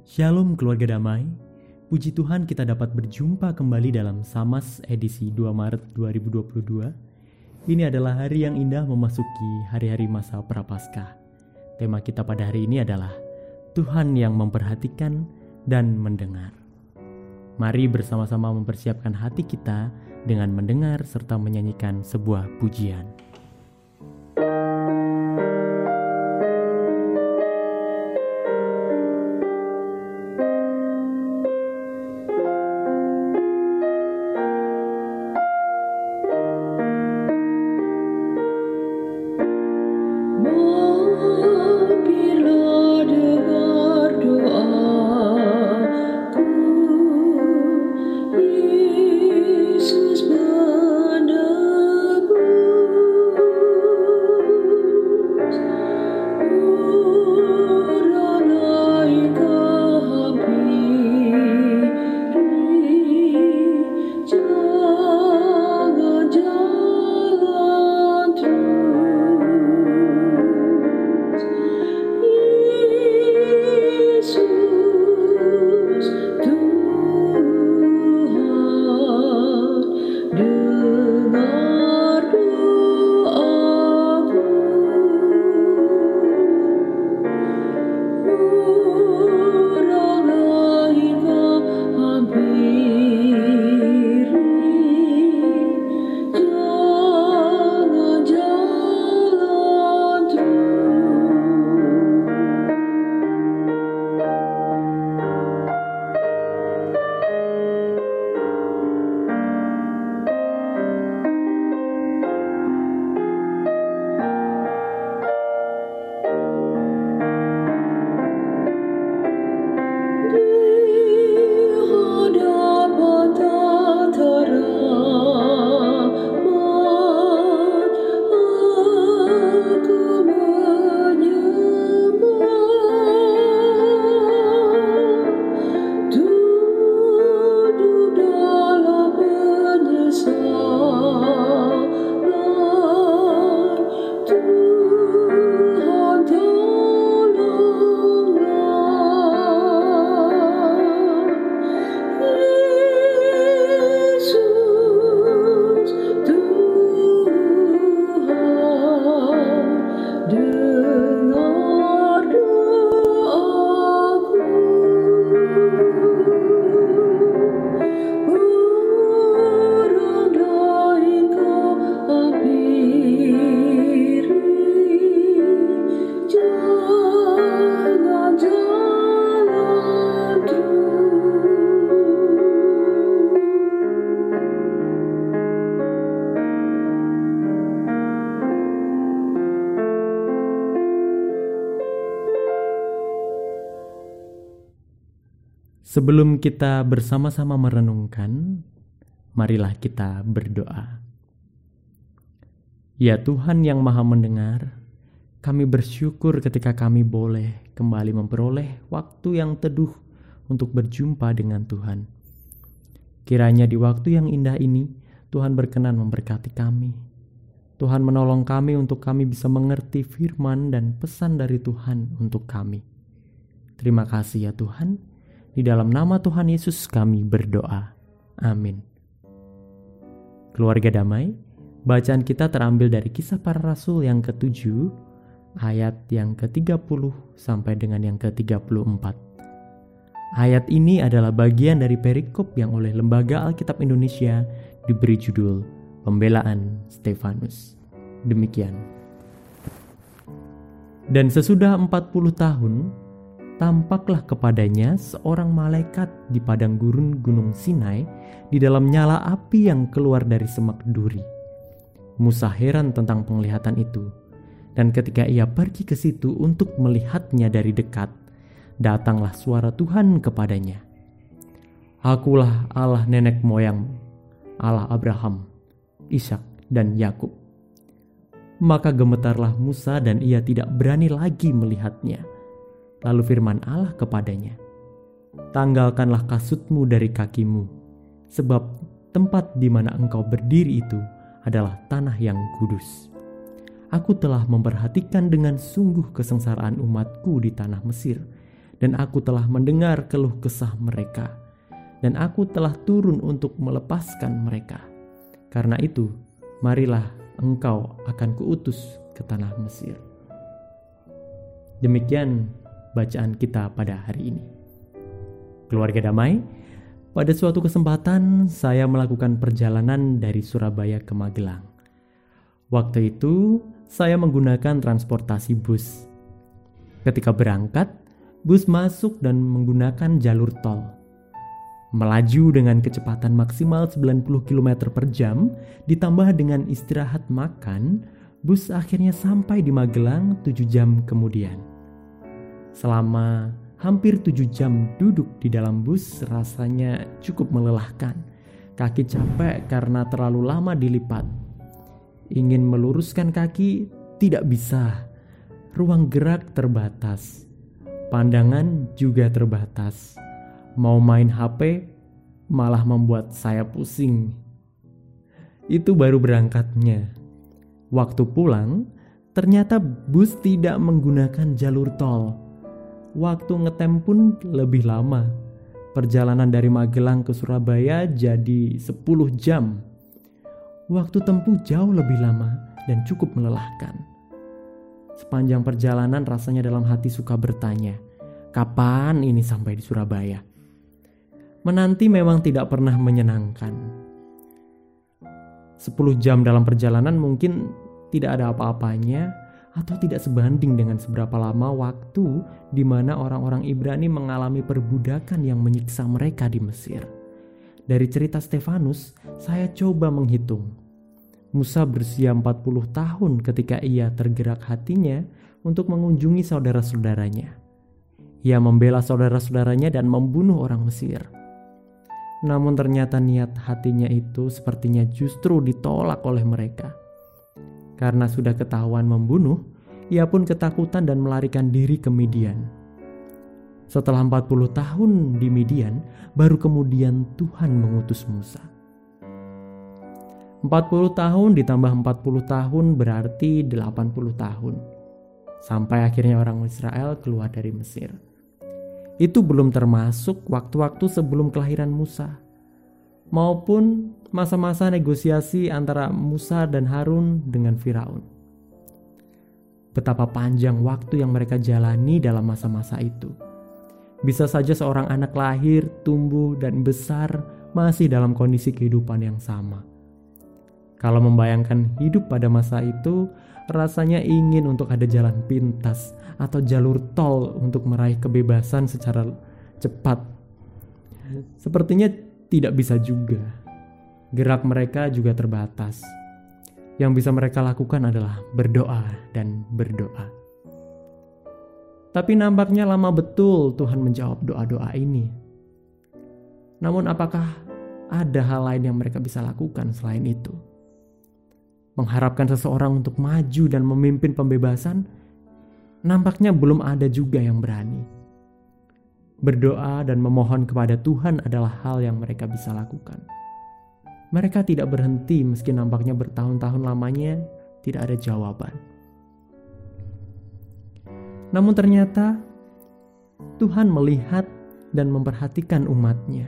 Shalom keluarga damai, puji Tuhan kita dapat berjumpa kembali dalam Samas edisi 2 Maret 2022. Ini adalah hari yang indah memasuki hari-hari masa Prapaskah. Tema kita pada hari ini adalah Tuhan yang memperhatikan dan mendengar. Mari bersama-sama mempersiapkan hati kita dengan mendengar serta menyanyikan sebuah pujian. Sebelum kita bersama-sama merenungkan, marilah kita berdoa. Ya Tuhan yang Maha Mendengar, kami bersyukur ketika kami boleh kembali memperoleh waktu yang teduh untuk berjumpa dengan Tuhan. Kiranya di waktu yang indah ini, Tuhan berkenan memberkati kami. Tuhan menolong kami untuk kami bisa mengerti firman dan pesan dari Tuhan untuk kami. Terima kasih ya Tuhan. Di dalam nama Tuhan Yesus kami berdoa. Amin. Keluarga damai, bacaan kita terambil dari Kisah Para Rasul yang ke-7, ayat yang ke-30 sampai dengan yang ke-34. Ayat ini adalah bagian dari perikop yang oleh Lembaga Alkitab Indonesia diberi judul Pembelaan Stefanus. Demikian. Dan sesudah 40 tahun, tampaklah kepadanya seorang malaikat di padang gurun Gunung Sinai di dalam nyala api yang keluar dari semak duri. Musa heran tentang penglihatan itu, dan ketika ia pergi ke situ untuk melihatnya dari dekat, datanglah suara Tuhan kepadanya. Akulah Allah nenek moyangmu, Allah Abraham, Ishak dan Yakub. Maka gemetarlah Musa dan ia tidak berani lagi melihatnya. Lalu firman Allah kepadanya, tanggalkanlah kasutmu dari kakimu, sebab tempat di mana engkau berdiri itu adalah tanah yang kudus. Aku telah memperhatikan dengan sungguh kesengsaraan umatku di tanah Mesir, dan aku telah mendengar keluh kesah mereka, dan aku telah turun untuk melepaskan mereka. Karena itu, marilah engkau akan kuutus ke tanah Mesir." Demikian bacaan kita pada hari ini. Keluarga damai, pada suatu kesempatan saya melakukan perjalanan dari Surabaya ke Magelang. Waktu itu saya menggunakan transportasi bus. Ketika berangkat, bus masuk dan menggunakan jalur tol. Melaju dengan kecepatan maksimal 90 km per jam, ditambah dengan istirahat makan, bus akhirnya sampai di Magelang 7 jam kemudian. Selama hampir 7 jam duduk di dalam bus rasanya cukup melelahkan. Kaki capek karena terlalu lama dilipat. Ingin meluruskan kaki tidak bisa. Ruang gerak terbatas. Pandangan juga terbatas. Mau main HP malah membuat saya pusing. Itu baru berangkatnya. Waktu pulang, ternyata bus tidak menggunakan jalur tol. Waktu ngetem pun lebih lama. Perjalanan dari Magelang ke Surabaya jadi 10 jam. Waktu tempuh jauh lebih lama dan cukup melelahkan. Sepanjang perjalanan rasanya dalam hati suka bertanya, kapan ini sampai di Surabaya? Menanti memang tidak pernah menyenangkan. 10 jam dalam perjalanan mungkin tidak ada apa-apanya atau tidak sebanding dengan seberapa lama waktu di mana orang-orang Ibrani mengalami perbudakan yang menyiksa mereka di Mesir. Dari cerita Stefanus, saya coba menghitung. Musa berusia 40 tahun ketika ia tergerak hatinya untuk mengunjungi saudara-saudaranya. Ia membela saudara-saudaranya dan membunuh orang Mesir. Namun ternyata niat hatinya itu sepertinya justru ditolak oleh mereka. Karena sudah ketahuan membunuh, ia pun ketakutan dan melarikan diri ke Midian. Setelah 40 tahun di Midian, baru kemudian Tuhan mengutus Musa. 40 tahun ditambah 40 tahun berarti 80 tahun. Sampai akhirnya orang Israel keluar dari Mesir. Itu belum termasuk waktu-waktu sebelum kelahiran Musa, maupun masa-masa negosiasi antara Musa dan Harun dengan Firaun. Betapa panjang waktu yang mereka jalani dalam masa-masa itu. Bisa saja seorang anak lahir, tumbuh, dan besar masih dalam kondisi kehidupan yang sama. Kalau membayangkan hidup pada masa itu, rasanya ingin untuk ada jalan pintas atau jalur tol untuk meraih kebebasan secara cepat. Sepertinya tidak bisa juga. Gerak mereka juga terbatas. Yang bisa mereka lakukan adalah berdoa dan berdoa. Tapi nampaknya lama betul Tuhan menjawab doa-doa ini. Namun apakah ada hal lain yang mereka bisa lakukan selain itu? Mengharapkan seseorang untuk maju dan memimpin pembebasan, nampaknya belum ada juga yang berani. Berdoa dan memohon kepada Tuhan adalah hal yang mereka bisa lakukan. Mereka tidak berhenti meski nampaknya bertahun-tahun lamanya tidak ada jawaban. Namun ternyata Tuhan melihat dan memperhatikan umatnya.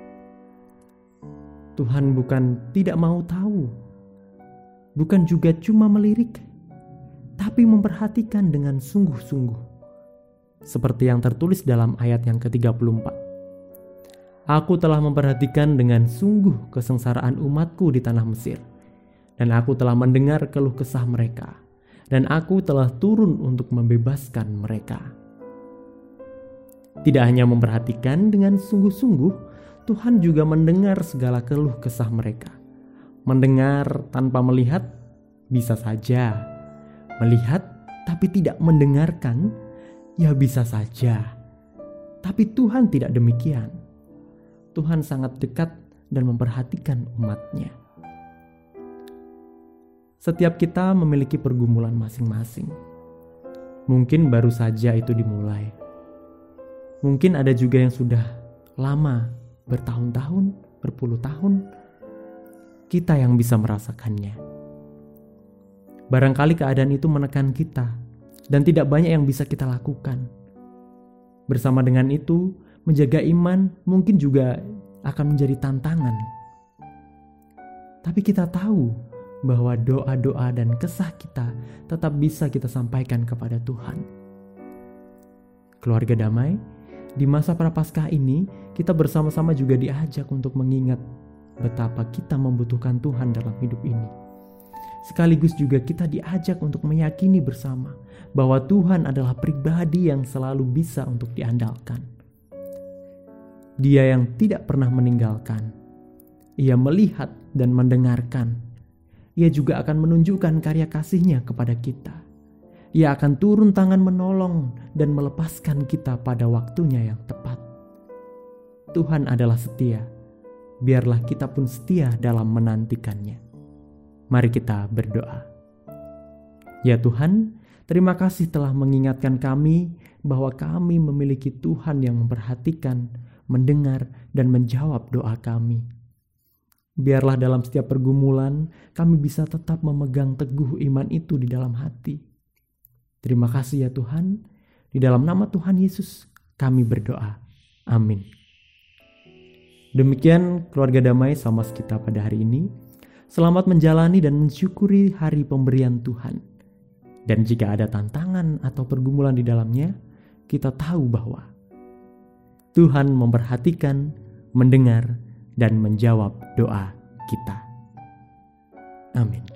Tuhan bukan tidak mau tahu, bukan juga cuma melirik, tapi memperhatikan dengan sungguh-sungguh. Seperti yang tertulis dalam ayat yang ke-34. Aku telah memperhatikan dengan sungguh kesengsaraan umatku di tanah Mesir, dan aku telah mendengar keluh kesah mereka, dan aku telah turun untuk membebaskan mereka. Tidak hanya memperhatikan dengan sungguh-sungguh, Tuhan juga mendengar segala keluh kesah mereka. Mendengar tanpa melihat bisa saja. Melihat tapi tidak mendengarkan ya bisa saja. Tapi Tuhan tidak demikian. Tuhan sangat dekat dan memperhatikan umatnya. Setiap kita memiliki pergumulan masing-masing. Mungkin baru saja itu dimulai. Mungkin ada juga yang sudah lama, bertahun-tahun, berpuluh tahun. Kita yang bisa merasakannya. Barangkali keadaan itu menekan kita dan tidak banyak yang bisa kita lakukan. Bersama dengan itu, menjaga iman mungkin juga akan menjadi tantangan. Tapi kita tahu bahwa doa-doa dan kesah kita tetap bisa kita sampaikan kepada Tuhan. Keluarga damai, di masa Prapaskah ini kita bersama-sama juga diajak untuk mengingat betapa kita membutuhkan Tuhan dalam hidup ini. Sekaligus juga kita diajak untuk meyakini bersama bahwa Tuhan adalah pribadi yang selalu bisa untuk diandalkan. Dia yang tidak pernah meninggalkan. Ia melihat dan mendengarkan. Ia juga akan menunjukkan karya kasih-Nya kepada kita. Ia akan turun tangan menolong dan melepaskan kita pada waktunya yang tepat. Tuhan adalah setia. Biarlah kita pun setia dalam menantikannya. Mari kita berdoa. Ya Tuhan, terima kasih telah mengingatkan kami bahwa kami memiliki Tuhan yang memperhatikan, mendengar, dan menjawab doa kami. Biarlah dalam setiap pergumulan kami bisa tetap memegang teguh iman itu di dalam hati. Terima kasih ya Tuhan. Di dalam nama Tuhan Yesus kami berdoa. Amin. Demikian keluarga damai sama kita pada hari ini. Selamat menjalani dan mensyukuri hari pemberian Tuhan. Dan jika ada tantangan atau pergumulan di dalamnya, kita tahu bahwa Tuhan memperhatikan, mendengar, dan menjawab doa kita. Amin.